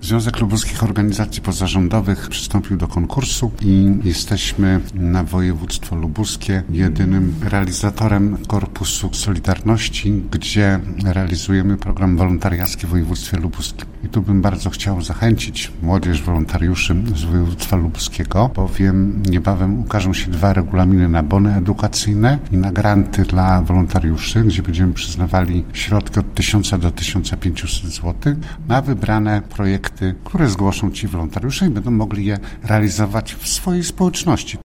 Związek Lubuskich Organizacji Pozarządowych przystąpił do konkursu i jesteśmy na województwo lubuskie jedynym realizatorem Korpusu Solidarności, gdzie realizujemy program wolontariacki w województwie lubuskim. I tu bym bardzo chciał zachęcić młodzież wolontariuszy z województwa lubuskiego, bowiem niebawem ukażą się 2 regulaminy na bony edukacyjne i na granty dla wolontariuszy, gdzie będziemy przyznawali środki od 1000 do 1500 zł na wybrane projekty, które zgłoszą ci wolontariusze i będą mogli je realizować w swojej społeczności.